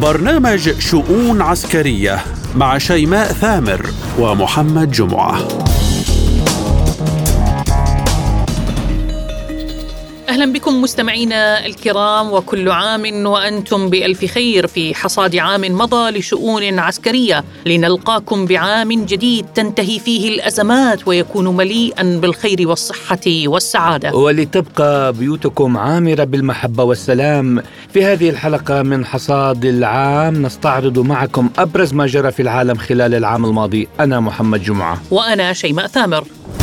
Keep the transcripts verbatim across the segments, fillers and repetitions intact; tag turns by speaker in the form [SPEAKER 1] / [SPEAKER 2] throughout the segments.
[SPEAKER 1] برنامج شؤون عسكرية مع شيماء ثامر ومحمد جمعة.
[SPEAKER 2] أهلا بكم مستمعينا الكرام، وكل عام وأنتم بألف خير في حصاد عام مضى لشؤون عسكرية، لنلقاكم بعام جديد تنتهي فيه الأزمات ويكون مليئا بالخير والصحة والسعادة،
[SPEAKER 3] ولتبقى بيوتكم عامرة بالمحبة والسلام. في هذه الحلقة من حصاد العام نستعرض معكم أبرز ما جرى في العالم خلال العام الماضي. أنا محمد جمعة
[SPEAKER 2] وأنا شيماء ثامر.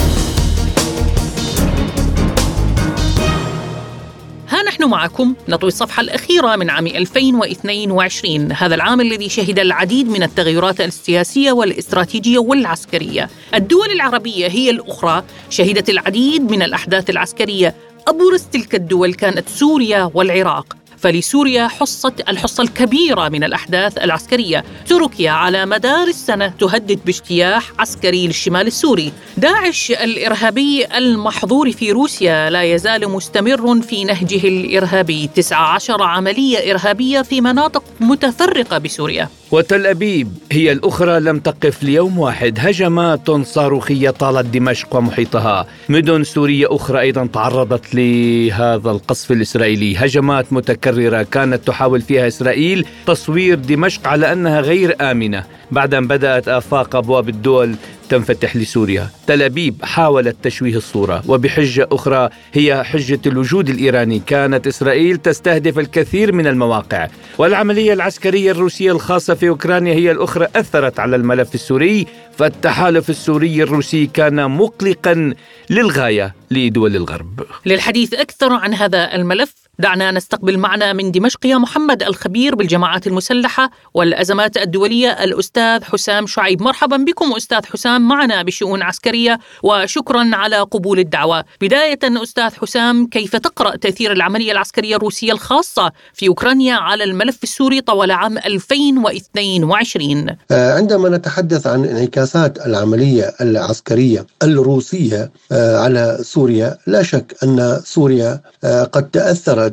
[SPEAKER 2] ها نحن معكم نطوي الصفحة الأخيرة من عام ألفين واثنين وعشرين، هذا العام الذي شهد العديد من التغيرات السياسية والاستراتيجية والعسكرية. الدول العربية هي الأخرى شهدت العديد من الأحداث العسكرية، أبرز تلك الدول كانت سوريا والعراق. فلسوريا حصة الحصة الكبيرة من الأحداث العسكرية. تركيا على مدار السنة تهدد باجتياح عسكري للشمال السوري. داعش الإرهابي المحظور في روسيا لا يزال مستمر في نهجه الإرهابي، تسعة عشر عملية إرهابية في مناطق متفرقة بسوريا.
[SPEAKER 3] وتل أبيب هي الأخرى لم تقف ليوم واحد، هجمات صاروخية طالت دمشق ومحيطها. مدن سورية أخرى أيضا تعرضت لهذا القصف الإسرائيلي، هجمات متكررة كانت تحاول فيها إسرائيل تصوير دمشق على أنها غير آمنة بعد أن بدأت آفاق أبواب الدول تنفتح لسوريا. تل أبيب حاولت تشويه الصورة، وبحجة أخرى هي حجة الوجود الإيراني. كانت إسرائيل تستهدف الكثير من المواقع، والعملية العسكرية الروسية الخاصة في أوكرانيا هي الأخرى أثرت على الملف السوري. فالتحالف السوري الروسي كان مقلقا للغاية لدول الغرب.
[SPEAKER 2] للحديث أكثر عن هذا الملف دعنا نستقبل معنا من دمشق يا محمد الخبير بالجماعات المسلحة والأزمات الدولية الأستاذ حسام شعيب. مرحبا بكم أستاذ حسام معنا بشؤون عسكرية، وشكرا على قبول الدعوة. بداية أستاذ حسام، كيف تقرأ تأثير العملية العسكرية الروسية الخاصة في أوكرانيا على الملف السوري طوال عام ألفين واثنين وعشرين؟
[SPEAKER 4] عندما نتحدث عن انعكاسات العملية العسكرية الروسية على سوريا، لا شك أن سوريا قد تأثرت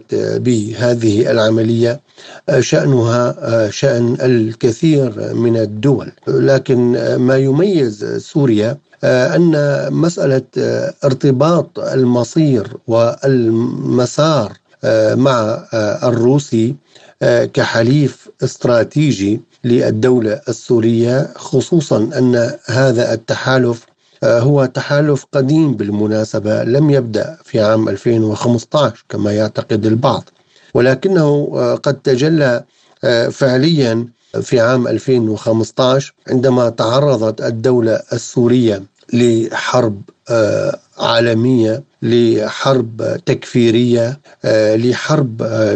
[SPEAKER 4] بهذه العملية، شأنها شأن الكثير من الدول. لكن ما يميز سوريا أن مسألة ارتباط المصير والمسار مع الروسي كحليف استراتيجي للدولة السورية، خصوصا أن هذا التحالف هو تحالف قديم بالمناسبة، لم يبدأ في عام ألفين وخمسة عشر كما يعتقد البعض، ولكنه قد تجلى فعليا في عام ألفين وخمسة عشر عندما تعرضت الدولة السورية لحرب عالمية، لحرب تكفيرية، لحرب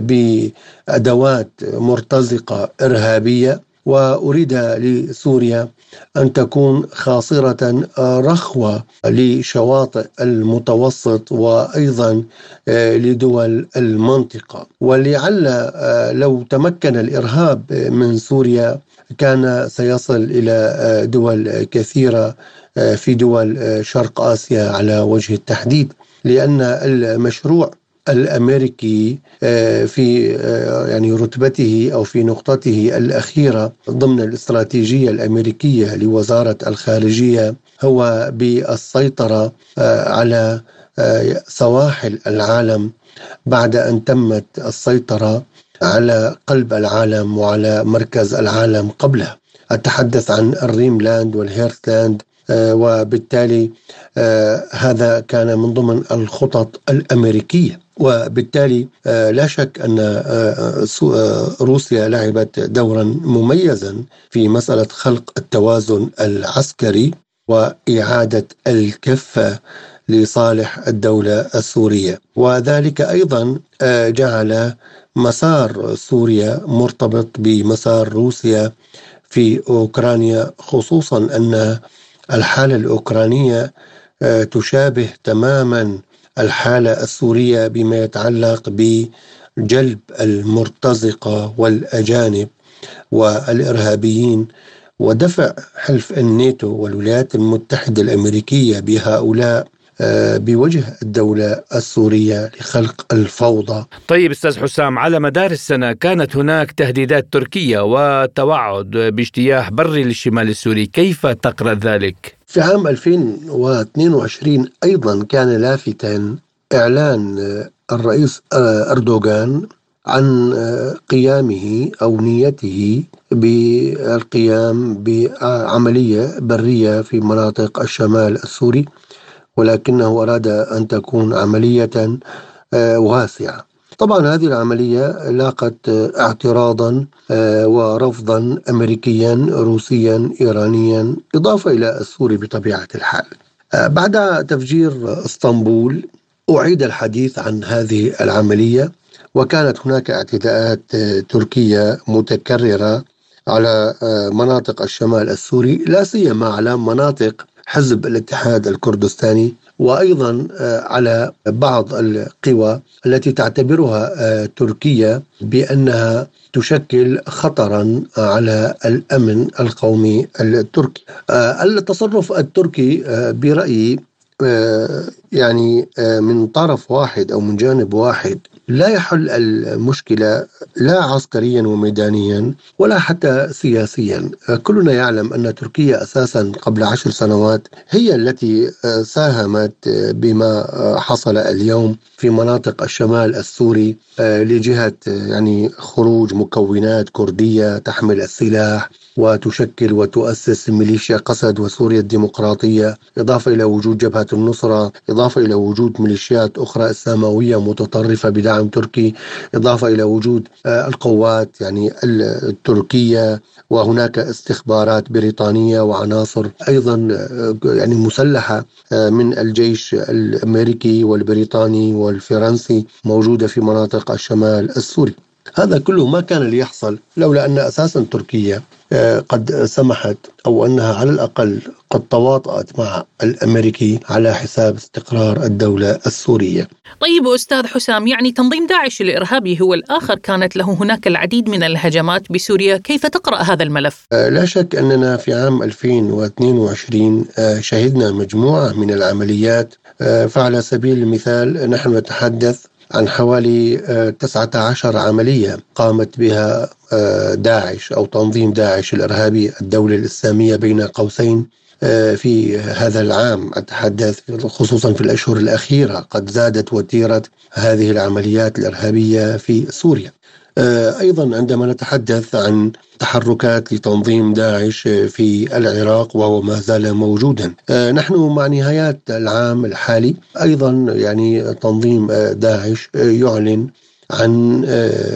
[SPEAKER 4] بأدوات مرتزقة إرهابية. وأريد لسوريا أن تكون خاصرة رخوة لشواطئ المتوسط وأيضا لدول المنطقة. ولعل لو تمكن الإرهاب من سوريا كان سيصل إلى دول كثيرة في دول شرق آسيا على وجه التحديد، لأن المشروع الأمريكي في يعني رتبته أو في نقطته الأخيرة ضمن الاستراتيجية الأمريكية لوزارة الخارجية هو بالسيطرة على سواحل العالم بعد أن تمت السيطرة على قلب العالم وعلى مركز العالم قبله. أتحدث عن الريملاند والهيرتلاند، وبالتالي هذا كان من ضمن الخطط الأمريكية. وبالتالي لا شك أن روسيا لعبت دورا مميزا في مسألة خلق التوازن العسكري وإعادة الكفة لصالح الدولة السورية، وذلك أيضا جعل مسار سوريا مرتبط بمسار روسيا في أوكرانيا، خصوصا أن الحالة الأوكرانية تشابه تماما الحالة السورية بما يتعلق بجلب المرتزقة والأجانب والإرهابيين ودفع حلف الناتو والولايات المتحدة الأمريكية بهؤلاء بوجه الدولة السورية لخلق الفوضى.
[SPEAKER 3] طيب أستاذ حسام، على مدار السنة كانت هناك تهديدات تركية وتوعد باجتياح بري للشمال السوري، كيف تقرأ ذلك؟
[SPEAKER 4] في عام ألفين واثنين وعشرين أيضا كان لافتاً إعلان الرئيس أردوغان عن قيامه أو نيته بالقيام بعملية برية في مناطق الشمال السوري، ولكنه أراد أن تكون عملية واسعة. طبعا هذه العملية لاقت اعتراضا ورفضا أمريكيا روسيا إيرانيا إضافة إلى السوري بطبيعة الحال. بعد تفجير اسطنبول أعيد الحديث عن هذه العملية، وكانت هناك اعتداءات تركية متكررة على مناطق الشمال السوري، لا سيما على مناطق حزب الاتحاد الكردستاني، وأيضا على بعض القوى التي تعتبرها تركيا بأنها تشكل خطرا على الأمن القومي التركي. التصرف التركي برأيي يعني من طرف واحد أو من جانب واحد لا يحل المشكلة لا عسكريا وميدانيا ولا حتى سياسيا. كلنا يعلم أن تركيا أساسا قبل عشر سنوات هي التي ساهمت بما حصل اليوم في مناطق الشمال السوري لجهة يعني خروج مكونات كردية تحمل السلاح وتشكل وتؤسس ميليشيا قسد وسوريا الديمقراطية، إضافة إلى وجود جبهة النصرة، إضافة إلى وجود ميليشيات أخرى إسلاموية متطرفة بدعم تركي، إضافة إلى وجود القوات يعني التركية، وهناك استخبارات بريطانية وعناصر أيضا يعني مسلحة من الجيش الأمريكي والبريطاني والفرنسي موجودة في مناطق الشمال السوري. هذا كله ما كان ليحصل لولا أن أساسا تركيا قد سمحت أو أنها على الأقل قد تواطأت مع الأمريكي على حساب استقرار الدولة السورية.
[SPEAKER 2] طيب أستاذ حسام، يعني تنظيم داعش الإرهابي هو الآخر كانت له هناك العديد من الهجمات بسوريا، كيف تقرأ هذا الملف؟
[SPEAKER 4] لا شك أننا في عام ألفين واثنين وعشرين شهدنا مجموعة من العمليات، فعلى سبيل المثال نحن نتحدث عن حوالي تسعة عشر عملية قامت بها داعش أو تنظيم داعش الإرهابي الدولة الإسلامية بين قوسين في هذا العام. أتحدث خصوصا في الأشهر الأخيرة قد زادت وتيرة هذه العمليات الإرهابية في سوريا. أيضا عندما نتحدث عن تحركات لتنظيم داعش في العراق وهو ما زال موجودا، نحن مع نهايات العام الحالي أيضا يعني تنظيم داعش يعلن عن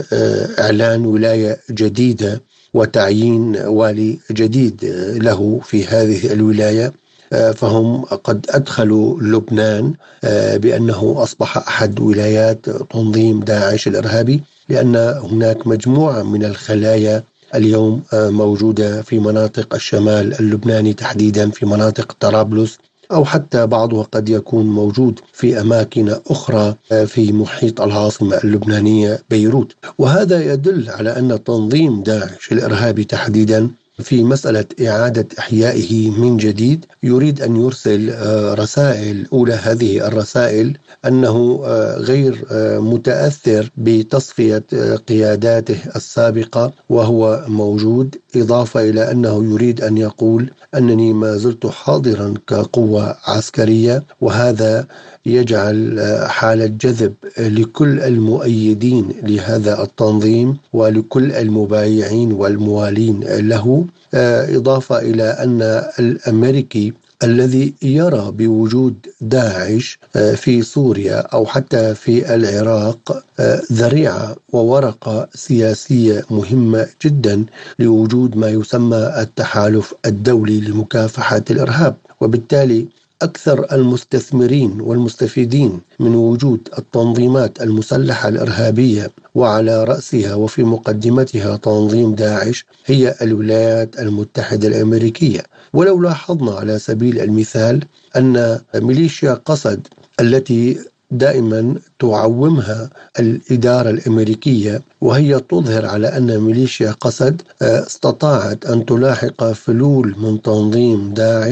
[SPEAKER 4] إعلان ولاية جديدة وتعيين والي جديد له في هذه الولاية، فهم قد أدخلوا لبنان بأنه أصبح أحد ولايات تنظيم داعش الإرهابي، لأن هناك مجموعة من الخلايا اليوم موجودة في مناطق الشمال اللبناني، تحديدا في مناطق طرابلس، أو حتى بعضها قد يكون موجود في أماكن أخرى في محيط العاصمة اللبنانية بيروت. وهذا يدل على أن تنظيم داعش الإرهابي تحديدا في مسألة إعادة إحيائه من جديد يريد أن يرسل رسائل. أولى هذه الرسائل أنه غير متأثر بتصفية قياداته السابقة وهو موجود، إضافة إلى أنه يريد أن يقول أنني ما زلت حاضرا كقوة عسكرية، وهذا يجعل حالة جذب لكل المؤيدين لهذا التنظيم ولكل المبايعين والموالين له، إضافة إلى أن الأمريكي الذي يرى بوجود داعش في سوريا أو حتى في العراق ذريعة وورقة سياسية مهمة جدا لوجود ما يسمى التحالف الدولي لمكافحة الإرهاب. وبالتالي أكثر المستثمرين والمستفيدين من وجود التنظيمات المسلحة الإرهابية وعلى رأسها وفي مقدمتها تنظيم داعش هي الولايات المتحدة الأمريكية. ولو لاحظنا على سبيل المثال أن ميليشيا قسد التي دائما تعومها الإدارة الأمريكية وهي تظهر على أن ميليشيا قسد استطاعت أن تلاحق فلول من تنظيم داعش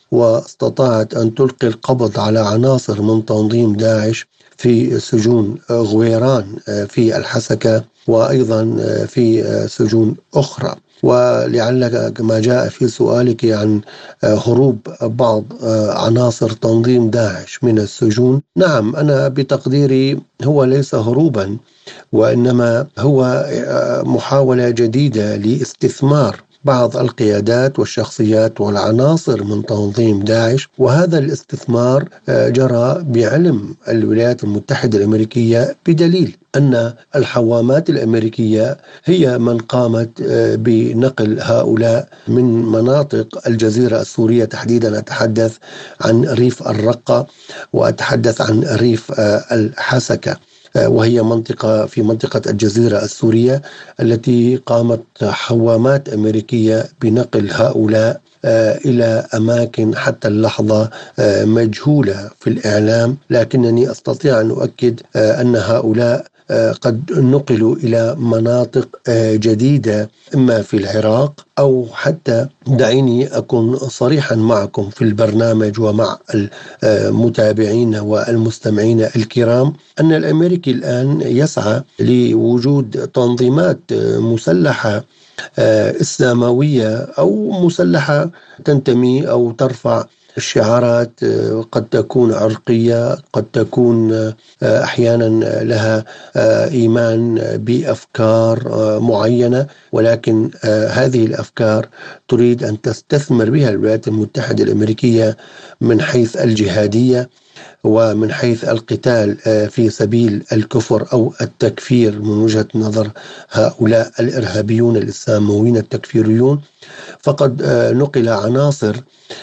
[SPEAKER 4] واستطاعت أن تلقي القبض على عناصر من تنظيم داعش في سجون غويران في الحسكة، وأيضا في سجون أخرى. ولعلك ما جاء في سؤالك عن هروب بعض عناصر تنظيم داعش من السجون، نعم، أنا بتقديري هو ليس هروبا، وإنما هو محاولة جديدة لاستثمار بعض القيادات والشخصيات والعناصر من تنظيم داعش. وهذا الاستثمار جرى بعلم الولايات المتحدة الأمريكية، بدليل أن الحوامات الأمريكية هي من قامت بنقل هؤلاء من مناطق الجزيرة السورية تحديدا. أتحدث عن ريف الرقة وأتحدث عن ريف الحسكة، وهي منطقة في منطقة الجزيرة السورية التي قامت حوامات أمريكية بنقل هؤلاء إلى أماكن حتى اللحظة مجهولة في الإعلام، لكنني أستطيع أن أؤكد أن هؤلاء قد نقلوا إلى مناطق جديدة، إما في العراق أو حتى، دعيني أكون صريحا معكم في البرنامج ومع المتابعين والمستمعين الكرام، أن الأمريكي الآن يسعى لوجود تنظيمات مسلحة إسلاموية أو مسلحة تنتمي أو ترفع الشعارات قد تكون عرقية، قد تكون أحيانا لها إيمان بأفكار معينة، ولكن هذه الأفكار تريد أن تستثمر بها الولايات المتحدة الأمريكية من حيث الجهادية ومن حيث القتال في سبيل الكفر أو التكفير من وجهة نظر هؤلاء الإرهابيون الإسلامويين التكفيريون. فقد نقل عناصر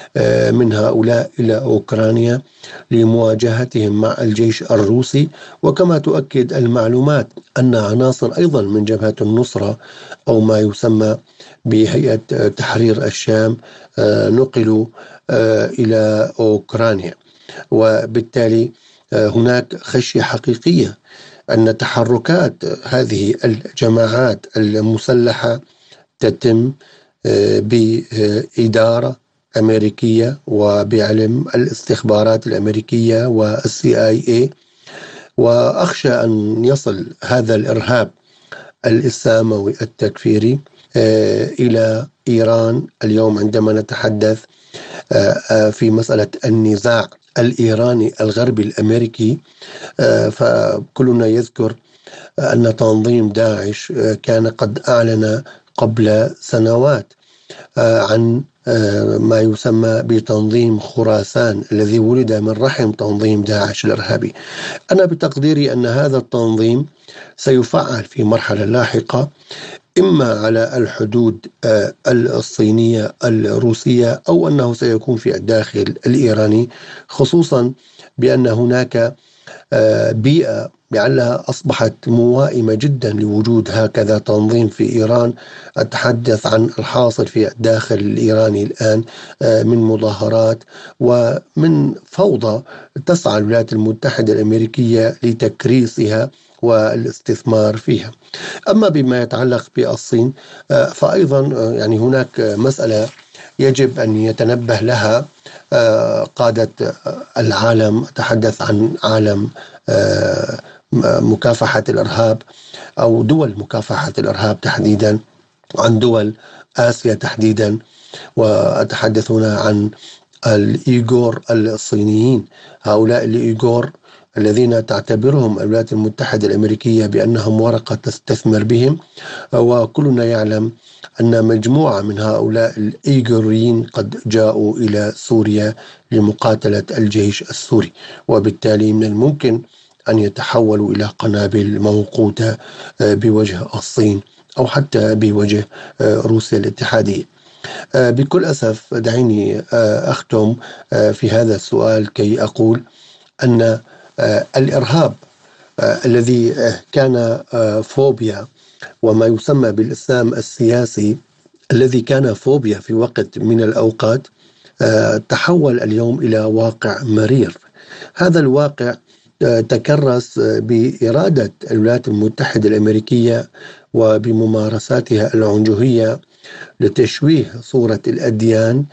[SPEAKER 4] من هؤلاء إلى أوكرانيا لمواجهتهم مع الجيش الروسي، وكما تؤكد المعلومات أن عناصر أيضا من جبهة النصرة أو ما يسمى بهيئة تحرير الشام نقلوا إلى أوكرانيا. وبالتالي هناك خشية حقيقية أن تحركات هذه الجماعات المسلحة تتم بإدارة أمريكية وبعلم الاستخبارات الأمريكية والسي آي إيه، وأخشى أن يصل هذا الإرهاب الإسلاموي التكفيري إلى إيران. اليوم عندما نتحدث في مسألة النزاع الإيراني الغربي الأمريكي، فكلنا يذكر أن تنظيم داعش كان قد أعلن قبل سنوات عن ما يسمى بتنظيم خراسان الذي ولد من رحم تنظيم داعش الإرهابي. أنا بتقديري أن هذا التنظيم سيفعل في مرحلة لاحقة، إما على الحدود الصينية الروسية أو أنه سيكون في الداخل الإيراني، خصوصا بأن هناك بيئة لعلها أصبحت موائمة جدا لوجود هكذا تنظيم في إيران. أتحدث عن الحاصل في الداخل الإيراني الآن من مظاهرات ومن فوضى تسعى الولايات المتحدة الأمريكية لتكريسها والاستثمار فيها. أما بما يتعلق بالصين فأيضا يعني هناك مسألة يجب أن يتنبه لها قادة العالم. أتحدث عن عالم مكافحة الإرهاب أو دول مكافحة الإرهاب تحديدا، عن دول آسيا تحديدا، وأتحدث هنا عن الإيغور الصينيين. هؤلاء الإيغور الذين تعتبرهم الولايات المتحدة الأمريكية بأنهم ورقة تستثمر بهم، وكلنا يعلم أن مجموعة من هؤلاء الإيغوريين قد جاءوا إلى سوريا لمقاتلة الجيش السوري، وبالتالي من الممكن أن يتحولوا إلى قنابل موقوتة بوجه الصين أو حتى بوجه روسيا الاتحادية. بكل أسف دعيني أختم في هذا السؤال كي أقول أن الإرهاب الذي كان فوبيا وما يسمى بالإسلام السياسي الذي كان فوبيا في وقت من الأوقات تحول اليوم إلى واقع مرير. هذا الواقع تكرس بإرادة الولايات المتحدة الأمريكية وبممارساتها العنجهية لتشويه صورة الأديان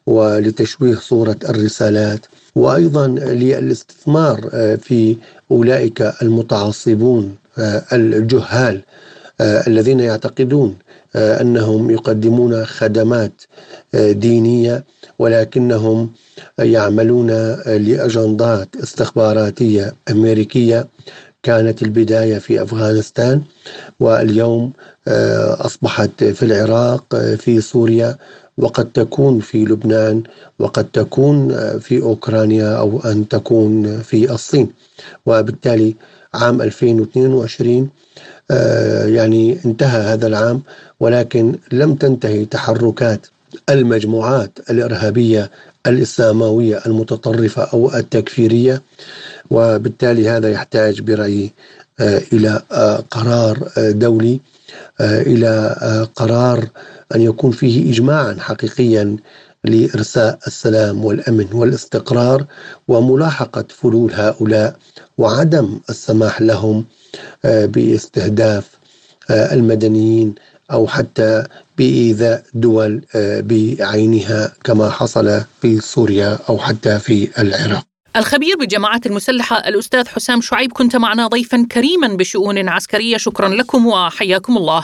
[SPEAKER 4] ولتشويه صورة الرسالات، وأيضا للاستثمار في أولئك المتعصبون الجهال الذين يعتقدون أنهم يقدمون خدمات دينية ولكنهم يعملون لأجندات استخباراتية أمريكية. كانت البداية في أفغانستان واليوم أصبحت في العراق، في سوريا، وقد تكون في لبنان، وقد تكون في أوكرانيا، أو أن تكون في الصين. وبالتالي عام ألفين واثنين وعشرين يعني انتهى هذا العام، ولكن لم تنتهي تحركات المجموعات الإرهابية الإسلاموية المتطرفة أو التكفيرية. وبالتالي هذا يحتاج برأيي إلى قرار دولي، إلى قرار أن يكون فيه إجماعا حقيقيا لإرساء السلام والأمن والاستقرار وملاحقة فلول هؤلاء، وعدم السماح لهم باستهداف المدنيين أو حتى بإيذاء دول بعينها كما حصل في سوريا أو حتى في العراق.
[SPEAKER 2] الخبير بالجماعات المسلحة الأستاذ حسام شعيب، كنت معنا ضيفا كريما بشؤون عسكرية، شكرا لكم وحياكم الله.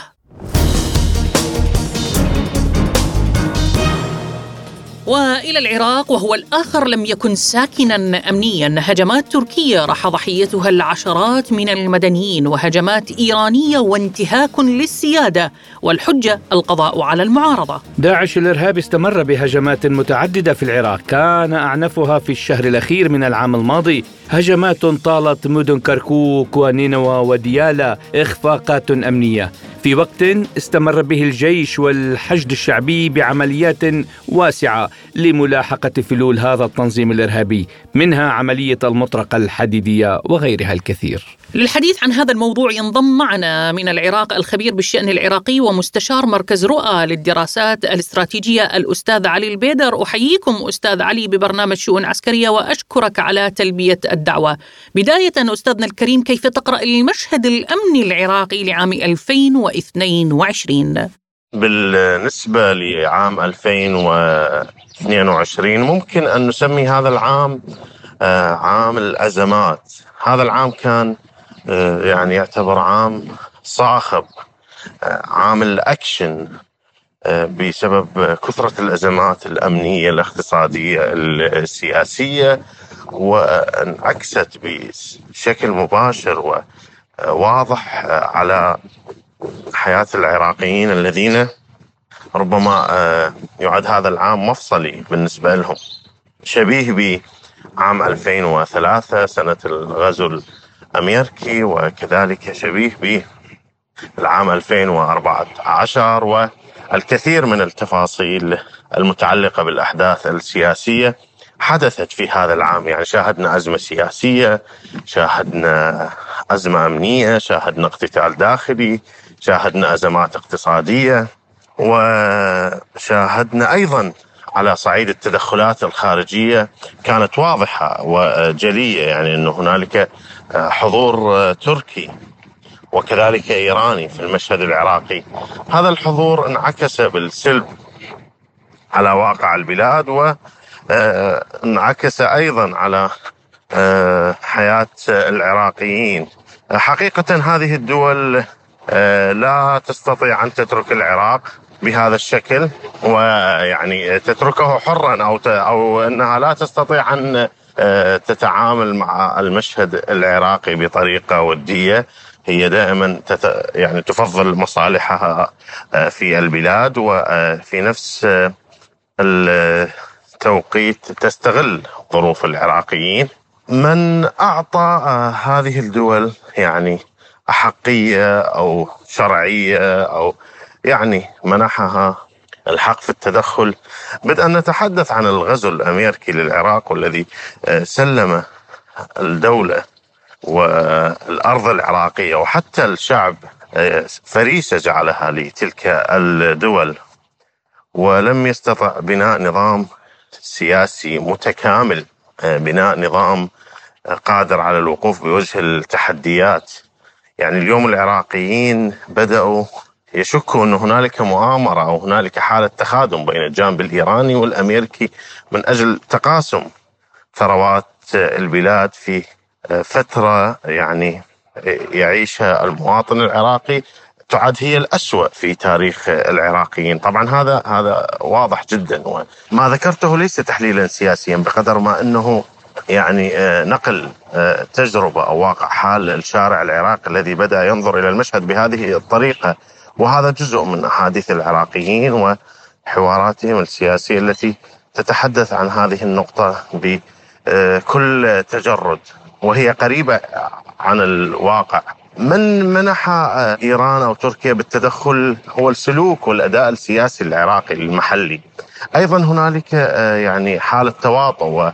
[SPEAKER 2] وإلى العراق، وهو الآخر لم يكن ساكنا أمنيا. هجمات تركية راح ضحيتها العشرات من المدنيين، وهجمات إيرانية وانتهاك للسيادة، والحجة القضاء على المعارضة.
[SPEAKER 3] داعش الإرهابي استمر بهجمات متعددة في العراق، كان أعنفها في الشهر الأخير من العام الماضي، هجمات طالت مدن كركوك ونينوى وديالى، إخفاقات أمنية، في وقت استمر به الجيش والحشد الشعبي بعمليات واسعة لملاحقة فلول هذا التنظيم الإرهابي، منها عملية المطرقة الحديدية وغيرها الكثير.
[SPEAKER 2] للحديث عن هذا الموضوع ينضم معنا من العراق الخبير بالشأن العراقي ومستشار مركز رؤى للدراسات الاستراتيجية الأستاذ علي البيدر. أحييكم أستاذ علي ببرنامج شؤون عسكرية وأشكرك على تلبية الدعوة. بداية أستاذنا الكريم، كيف تقرأ المشهد الأمني العراقي لعام ألفين واثنين وعشرين؟
[SPEAKER 5] بالنسبة لعام ألفين واثنين وعشرين ممكن أن نسمي هذا العام عام الأزمات. هذا العام كان يعني يعتبر عام صاخب، عام الأكشن، بسبب كثرة الأزمات الأمنية الاقتصادية السياسية، وانعكست بشكل مباشر وواضح على حياة العراقيين الذين ربما يعد هذا العام مفصلي بالنسبة لهم، شبيه بعام ألفين وثلاثة سنة الغزو الأمريكي، وكذلك شبيه بالعام ألفين وأربعة عشر، والكثير من التفاصيل المتعلقة بالأحداث السياسية حدثت في هذا العام. يعني شاهدنا أزمة سياسية، شاهدنا أزمة أمنية، شاهدنا اقتتال داخلي، شاهدنا أزمات اقتصادية، وشاهدنا أيضا على صعيد التدخلات الخارجية كانت واضحة وجلية، يعني أن هنالك حضور تركي وكذلك إيراني في المشهد العراقي. هذا الحضور انعكس بالسلب على واقع البلاد، وانعكس أيضا على حياة العراقيين. حقيقة هذه الدول لا تستطيع أن تترك العراق بهذا الشكل، ويعني تتركه حرا أو أو أنها لا تستطيع أن تتعامل مع المشهد العراقي بطريقة ودية. هي دائما تت يعني تفضل مصالحها في البلاد، وفي نفس التوقيت تستغل ظروف العراقيين. من أعطى هذه الدول يعني أحقية أو شرعية أو يعني منحها الحق في التدخل، بدأ أن نتحدث عن الغزو الأمريكي للعراق، والذي سلم الدولة والأرض العراقية وحتى الشعب فريسة جعلها لتلك الدول، ولم يستطع بناء نظام سياسي متكامل، بناء نظام قادر على الوقوف بوجه التحديات. يعني اليوم العراقيين بدأوا يشكوا أن هنالك مؤامرة أو هنالك حالة تخادم بين الجانب الإيراني والأمريكي من أجل تقاسم ثروات البلاد في فترة يعني يعيشها المواطن العراقي تعد هي الأسوأ في تاريخ العراقيين. طبعا هذا هذا واضح جدا، وما ذكرته ليس تحليلا سياسيا بقدر ما أنه يعني نقل تجربة أو واقع حال الشارع العراقي الذي بدأ ينظر إلى المشهد بهذه الطريقة، وهذا جزء من أحاديث العراقيين وحواراتهم السياسية التي تتحدث عن هذه النقطة بكل تجرد وهي قريبة عن الواقع. من منح إيران أو تركيا بالتدخل هو السلوك والأداء السياسي العراقي المحلي. أيضا هنالك يعني حالة تواطؤ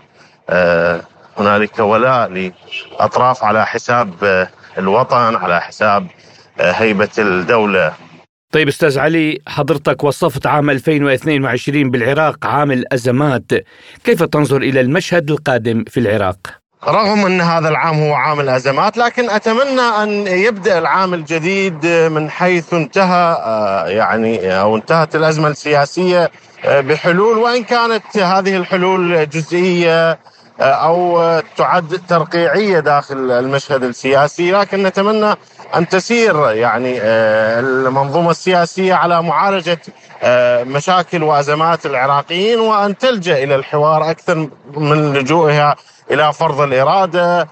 [SPEAKER 5] وهنالك ولاء لأطراف على حساب الوطن، على حساب هيبة الدولة.
[SPEAKER 3] طيب أستاذ علي، حضرتك وصفت عام ألفين واثنين وعشرين بالعراق عام الأزمات، كيف تنظر إلى المشهد القادم في العراق؟
[SPEAKER 5] رغم أن هذا العام هو عام الأزمات، لكن أتمنى أن يبدأ العام الجديد من حيث انتهى يعني أو انتهت الأزمة السياسية بحلول، وإن كانت هذه الحلول جزئية أو تعد ترقيعية داخل المشهد السياسي، لكن نتمنى أن تسير يعني المنظومة السياسية على معالجة مشاكل وأزمات العراقيين، وأن تلجأ إلى الحوار أكثر من لجوئها إلى فرض الإرادة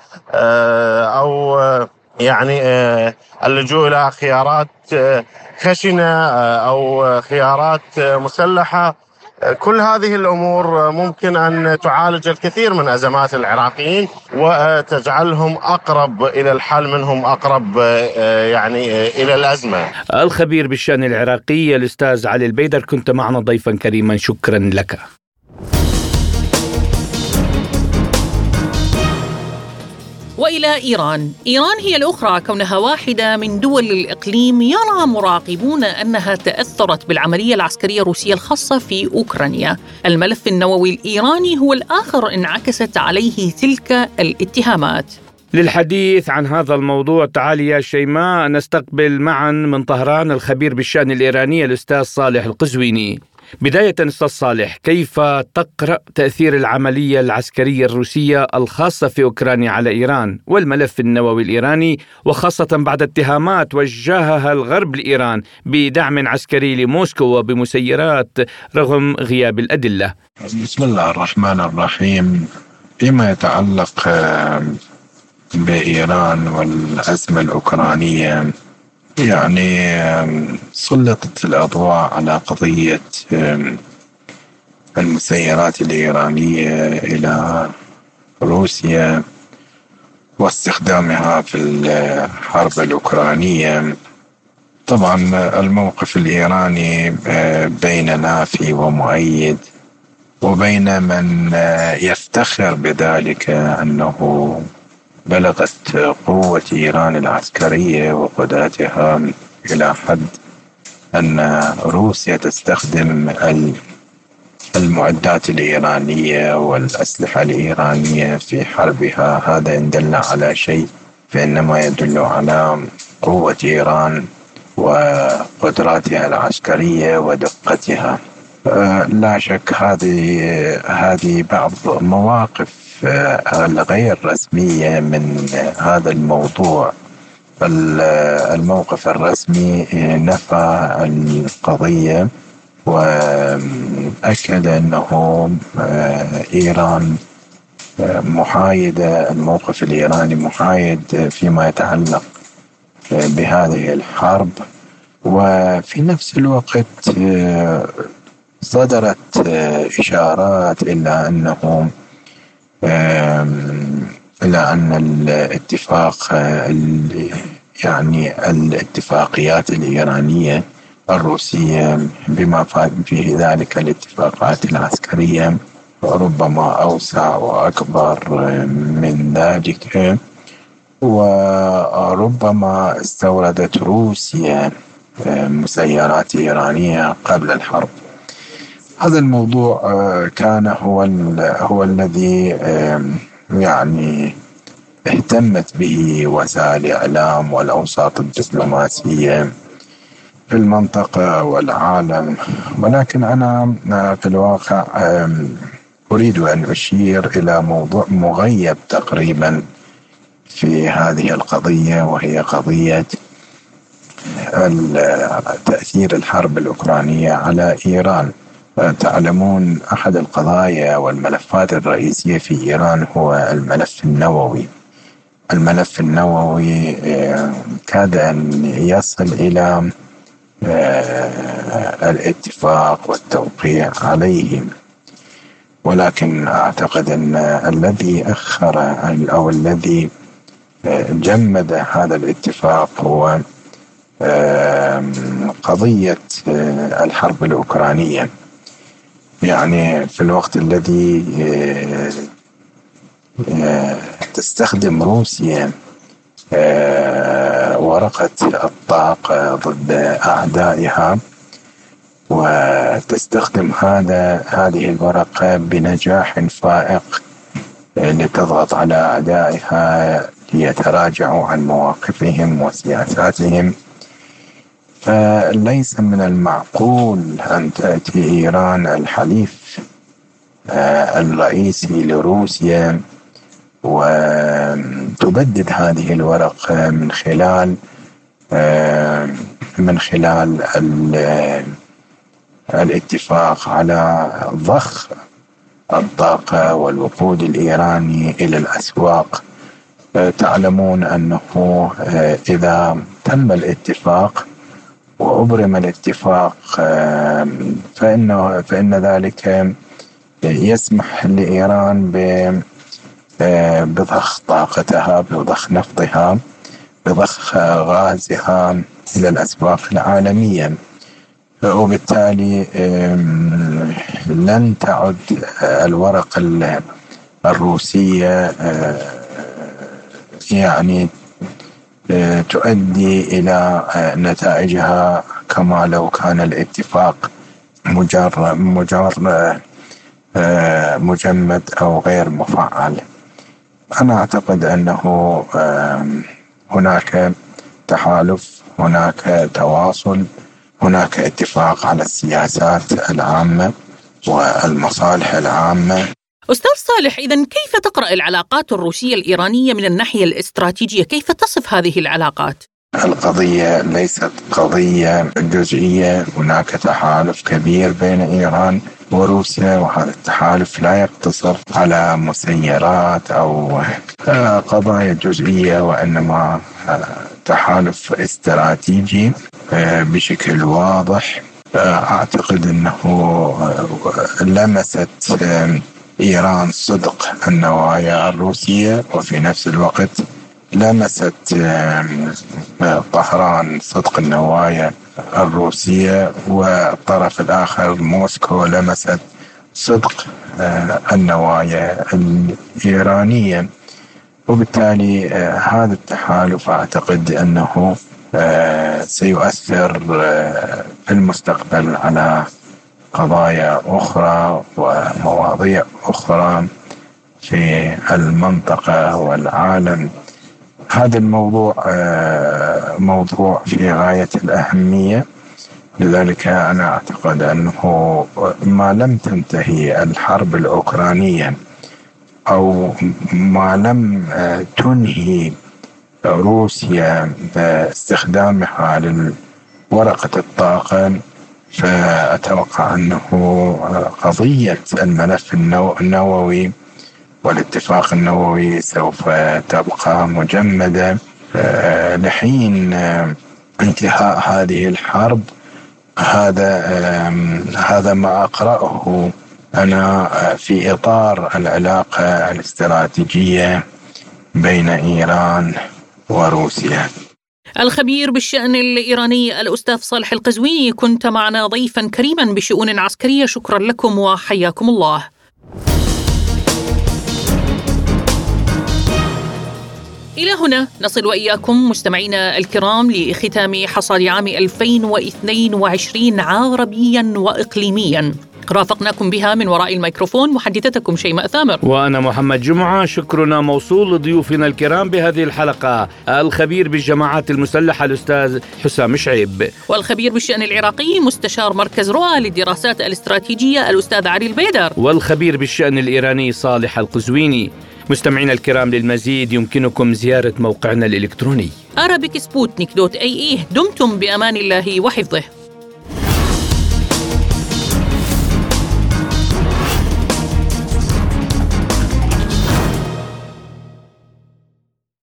[SPEAKER 5] أو يعني اللجوء إلى خيارات خشنة أو خيارات مسلحة. كل هذه الأمور ممكن أن تعالج الكثير من أزمات العراقيين وتجعلهم أقرب إلى الحل منهم أقرب يعني إلى الأزمة.
[SPEAKER 3] الخبير بالشأن العراقي الأستاذ علي البيدر، كنت معنا ضيفا كريما، شكرا لك.
[SPEAKER 2] وإلى إيران. إيران هي الأخرى كونها واحدة من دول الإقليم يرى مراقبون أنها تأثرت بالعملية العسكرية الروسية الخاصة في أوكرانيا. الملف النووي الإيراني هو الآخر انعكست عليه تلك الاتهامات.
[SPEAKER 3] للحديث عن هذا الموضوع تعالي يا شيماء نستقبل معا من طهران الخبير بالشأن الإيراني الأستاذ صالح القزويني. بداية أستاذ صالح، كيف تقرأ تأثير العملية العسكرية الروسية الخاصة في أوكرانيا على إيران والملف النووي الإيراني، وخاصة بعد اتهامات وجهها الغرب لإيران بدعم عسكري لموسكو وبمسيرات رغم غياب الأدلة؟
[SPEAKER 6] بسم الله الرحمن الرحيم. فيما يتعلق بإيران والأزمة الأوكرانية، يعني سلطت الأضواء على قضية المسيرات الإيرانية إلى روسيا واستخدامها في الحرب الأوكرانية. طبعا الموقف الإيراني بين نافي ومؤيد، وبين من يفتخر بذلك أنه بلغت قوة إيران العسكرية وقدرتها إلى حد أن روسيا تستخدم المعدات الإيرانية والأسلحة الإيرانية في حربها. هذا إن دل على شيء فإنما يدل على قوة إيران وقدراتها العسكرية ودقتها. لا شك هذه هذه بعض مواقف الغير رسمية من هذا الموضوع. الموقف الرسمي نفى القضية وأكد أنه إيران محايدة، الموقف الإيراني محايد فيما يتعلق بهذه الحرب. وفي نفس الوقت صدرت إشارات إلى أنه إلى أن الاتفاق يعني الاتفاقيات الإيرانية الروسية بما فيه ذلك الاتفاقات العسكرية ربما أوسع وأكبر من ذلك، وربما استوردت روسيا مسيرات إيرانية قبل الحرب. هذا الموضوع كان هو هو الذي يعني اهتمت به وسائل الإعلام والأوساط الدبلوماسية في المنطقة والعالم. ولكن أنا في الواقع أريد أن أشير إلى موضوع مغيب تقريبا في هذه القضية، وهي قضية تأثير الحرب الأوكرانية على إيران. تعلمون أحد القضايا والملفات الرئيسية في إيران هو الملف النووي. الملف النووي كاد أن يصل إلى الاتفاق والتوقيع عليه، ولكن أعتقد أن الذي أخر أو الذي جمد هذا الاتفاق هو قضية الحرب الأوكرانية. يعني في الوقت الذي تستخدم روسيا ورقة الطاقة ضد أعدائها، وتستخدم هذا هذه الورقة بنجاح فائق لتضغط على أعدائها ليتراجعوا عن مواقفهم وسياساتهم، فليس من المعقول أن تأتي إيران الحليف الرئيسي لروسيا وتبدد هذه الورق من خلال من خلال الاتفاق على ضخ الطاقة والوقود الإيراني إلى الأسواق. تعلمون أنه إذا تم الاتفاق وأبرم الاتفاق فإنه فإن ذلك يسمح لإيران بضخ طاقتها، بضخ نفطها، بضخ غازها إلى الأسواق العالمية، وبالتالي لن تعد الورقة الروسية يعني تؤدي إلى نتائجها كما لو كان الاتفاق مجرد مجرد مجمد أو غير مفعل. أنا أعتقد أنه هناك تحالف، هناك تواصل، هناك اتفاق على السياسات العامة والمصالح العامة.
[SPEAKER 2] أستاذ صالح، إذن كيف تقرأ العلاقات الروسية الإيرانية من الناحية الاستراتيجية؟ كيف تصف هذه العلاقات؟
[SPEAKER 6] القضية ليست قضية جزئية، هناك تحالف كبير بين إيران وروسيا، وهذا التحالف لا يقتصر على مسيرات أو قضايا جزئية، وإنما تحالف استراتيجي بشكل واضح. أعتقد أنه لمست إيران صدق النوايا الروسية، وفي نفس الوقت لمست طهران صدق النوايا الروسية، والطرف الآخر موسكو لمست صدق النوايا الإيرانية. وبالتالي هذا التحالف أعتقد أنه سيؤثر في المستقبل على قضايا أخرى ومواضيع أخرى في المنطقة والعالم. هذا الموضوع موضوع في غاية الأهمية، لذلك أنا أعتقد أنه ما لم تنتهي الحرب الأوكرانية أو ما لم تنهي روسيا باستخدامها لورقة الطاقة، فأتوقع أنه قضية الملف النووي والاتفاق النووي سوف تبقى مجمدة لحين انتهاء هذه الحرب. هذا هذا ما أقرأه أنا في إطار العلاقة الاستراتيجية بين إيران وروسيا.
[SPEAKER 2] الخبير بالشأن الإيراني الأستاذ صالح القزويني، كنت معنا ضيفا كريما بشؤون عسكرية، شكرا لكم وحياكم الله. إلى هنا نصل وإياكم مستمعينا الكرام لختام حصاد عام ألفين واثنين وعشرين عربيا وإقليميا. رافقناكم بها من وراء الميكروفون محدثتكم شيماء ثامر،
[SPEAKER 3] وأنا محمد جمعة. شكرنا موصول لضيوفنا الكرام بهذه الحلقة، الخبير بالجماعات المسلحة الأستاذ حسام شعيب،
[SPEAKER 2] والخبير بالشأن العراقي مستشار مركز رؤى للدراسات الاستراتيجية الأستاذ علي البيدر،
[SPEAKER 3] والخبير بالشأن الإيراني صالح القزويني. مستمعينا الكرام، للمزيد يمكنكم زيارة موقعنا الإلكتروني
[SPEAKER 2] arabik sputnik دوت اي اي. دمتم بأمان الله وحفظه.